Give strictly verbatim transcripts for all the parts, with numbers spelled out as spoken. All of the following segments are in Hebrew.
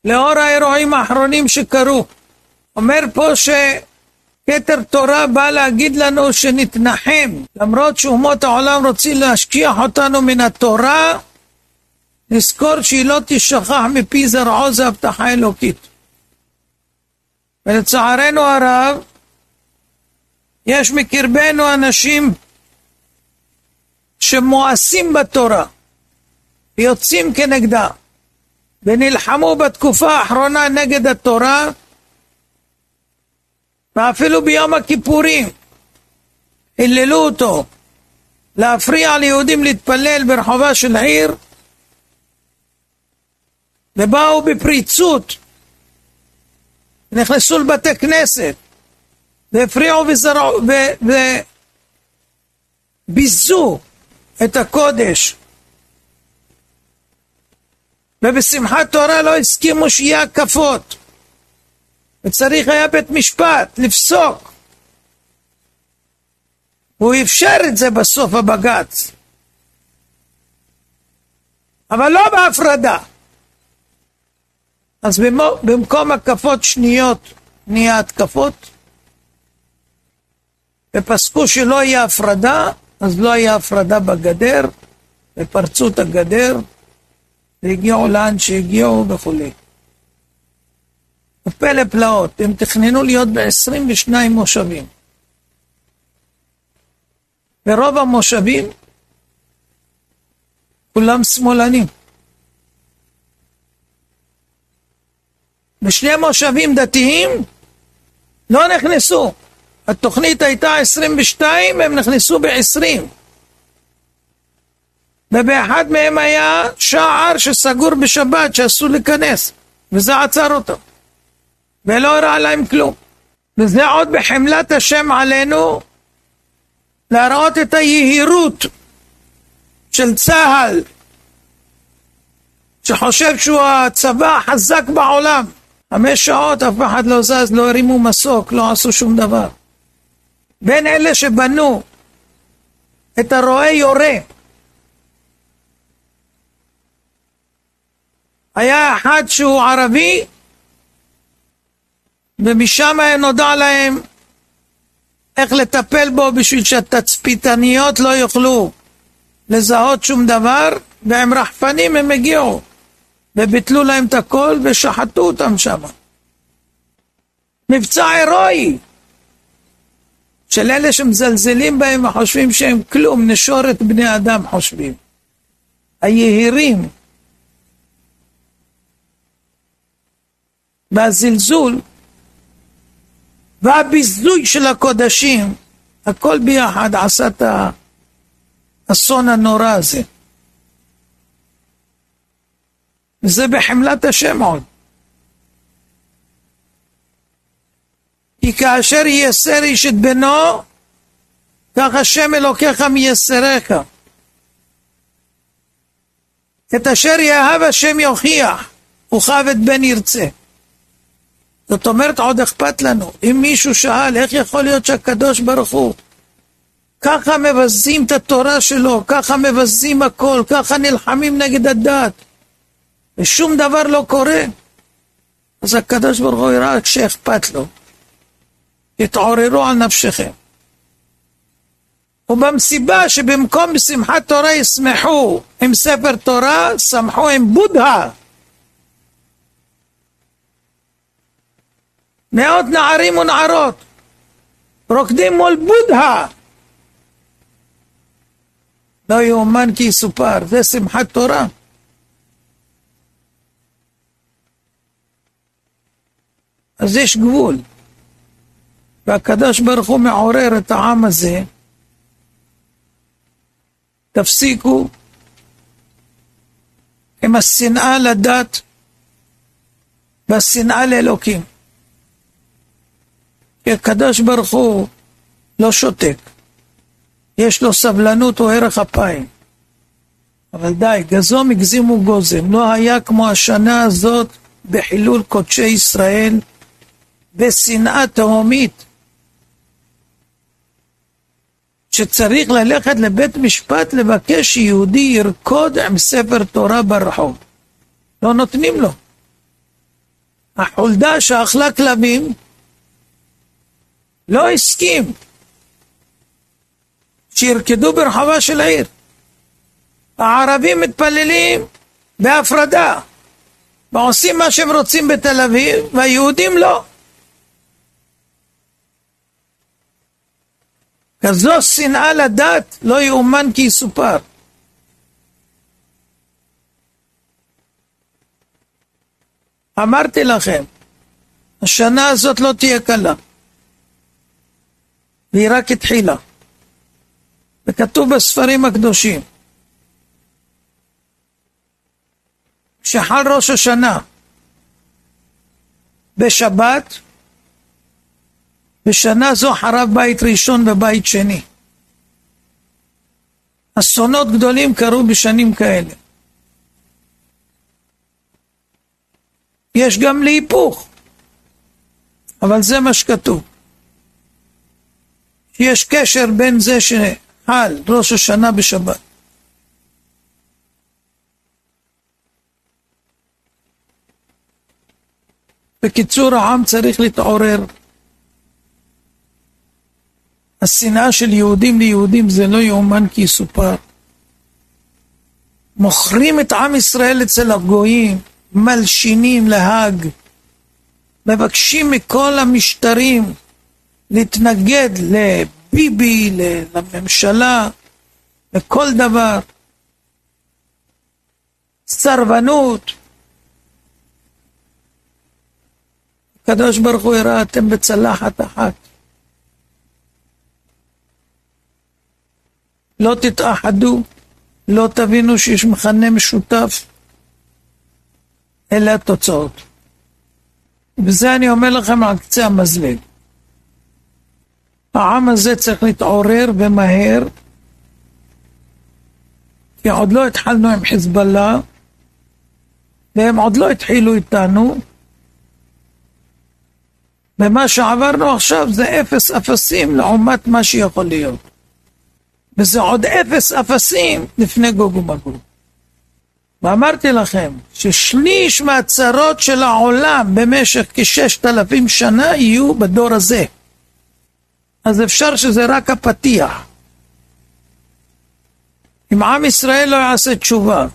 לאור האירועים האחרונים שקרו. אומר פה שכתר תורה בא להגיד לנו שנתנחם, למרות שאומות העולם רוצים להשכיח אותנו מן התורה, נזכור שהיא לא תשכח מפי זרעו, זה הבטחה אלוקית. ולצערנו הרב, יש מקרבנו אנשים שמואסים בתורה, ויוצאים כנגדה, ונלחמו בתקופה האחרונה נגד התורה, ואפילו ביום הכיפורים, הללו אותו, להפריע ליהודים להתפלל ברחובה של עיר, ובאו בפריצות, נכנסו לבתי כנסת, והפריעו וזרעו, וביזו את הקודש, ובשמחת תורה לא הסכימו שיהיה הקפות, וצריך היה בית משפט לפסוק, הוא אפשר את זה בסוף הבג"ץ, אבל לא בהפרדה. אז במקום הקפות שניות נהיה התקפות, ופסקו שלא יהיה הפרדה, אז לא יהיה הפרדה בגדר, ופרצו את הגדר, והגיעו לאן שהגיעו וכו'. ופלא פלאות, הם תכננו להיות ב-עשרים ושניים מושבים. ורוב המושבים, כולם שמאלנים. בשני מושבים דתיים לא נכנסו. התוכנית הייתה עשרים ושתיים, הם נכנסו ב-עשרים. ובאחד מהם היה שער שסגור בשבת שאסור להיכנס, וזה עצר אותו. ולא הראה להם כלום. וזה עוד בחמלת השם עלינו, להראות את היהירות של צהל, שחושב שהוא הצבא החזק בעולם. חמש שעות אף אחד לא זז, לא הרימו מסוק, לא עשו שום דבר. בין אלה שבנו את הרועה יורה, היה אחד שהוא ערבי, ומשם נודע להם איך לטפל בו בשביל שהתצפיתניות לא יוכלו לזהות שום דבר, והם רחפנים הם הגיעו, וביטלו להם את הכל ושחטו אותם שם. מבצע הירואי של אלה שמזלזלים בהם וחושבים שהם כלום, נשורת בני אדם חושבים. היהירים והזלזול והביזוי של הקודשים, הכל ביחד עשה את האסון הנורא הזה. וזה בחמלת השם עוד. כי כאשר ייסר איש את בנו, כך השם אלוקיך מייסריך. את אשר יאהב השם יוכיח, וכאב את בן ירצה. זאת אומרת, עוד אכפת לנו. אם מישהו שאל, איך יכול להיות שהקדוש ברוך הוא ככה מבזים את התורה שלו, ככה מבזים הכל, ככה נלחמים נגד הדת, ושום דבר לא קורה? אז הקדוש ברוך הוא יראה כשאכפת לו. תתעוררו על נפשכם. ובמסיבה שבמקום בשמחת תורה ישמחו עם ספר תורה, שמחו עם בודה. מאות נערים ונערות רוקדים מול בודה. לא יאומן כי יסופר, זה שמחת תורה. אז יש גבול. והקדוש ברוך הוא מעורר את העם הזה. תפסיקו עם השנאה לדת והשנאה לאלוקים. כי הקדוש ברוך הוא לא שותק. יש לו סבלנות או ערך אפיים. אבל די, גזום הגזימו גוזם. לא היה כמו השנה הזאת בחילול קודשי ישראל ושנאה תהומית. שצריך ללכת לבית משפט לבקש שיהודי ירקוד עם ספר תורה ברחוב. לא נותנים לו. החולדה שאכלה כלבים לא הסכים שירקדו ברחבה של העיר. הערבים מתפללים בהפרדה ועושים מה שהם רוצים בתל אביב, והיהודים לא. כזו שנאה לדת לא יאומן כי יסופר. אמרתי לכם, השנה הזאת לא תהיה קלה, והיא רק התחילה. וכתוב בספרים הקדושים, כשחל ראש השנה בשבת, בשנה זו חרב בית ראשון ובית שני. אסונות גדולים קרו בשנים כאלה. יש גם להיפוך, אבל זה מה שכתוב. יש קשר בין זה שחל ראש השנה בשבת. בקיצור, העם צריך להתעורר. השנאה של יהודים ליהודים זה לא יאומן כי יסופר. מוכרים את עם ישראל אצל הגויים, מלשינים להג, מבקשים מכל המשטרים להתנגד לביבי, לממשלה, לכל דבר. סרבנות. הקדוש ברוך הוא הראה אתם בצלחת אחת. לא תתאחדו, לא תבינו שיש מכנה משותף, אלה התוצאות. וזה אני אומר לכם על קצה המזלג. העם הזה צריך להתעורר ומהר, כי עוד לא התחלנו עם חיזבאללה, והם עוד לא התחילו איתנו, ומה שעברנו עכשיו זה אפס אפסים לעומת מה שיכול להיות. וזה עוד אפס אפסים לפני גוג ומגוג. ואמרתי לכם ששליש מהצרות של העולם במשך כששת אלפים שנה יהיו בדור הזה. אז אפשר שזה רק הפתיח. אם עם ישראל לא יעשה תשובה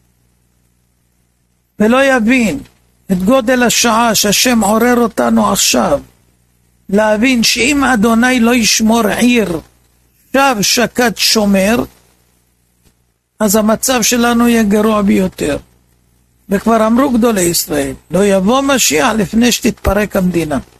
ולא יבין את גודל השעה שהשם עורר אותנו עכשיו, להבין שאם אדוני לא ישמור עיר, שב שקד שומר, אז המצב שלנו יהיה גרוע ביותר. וכבר אמרו גדולי ישראל, לא יבוא משיח לפני שתתפרק המדינה.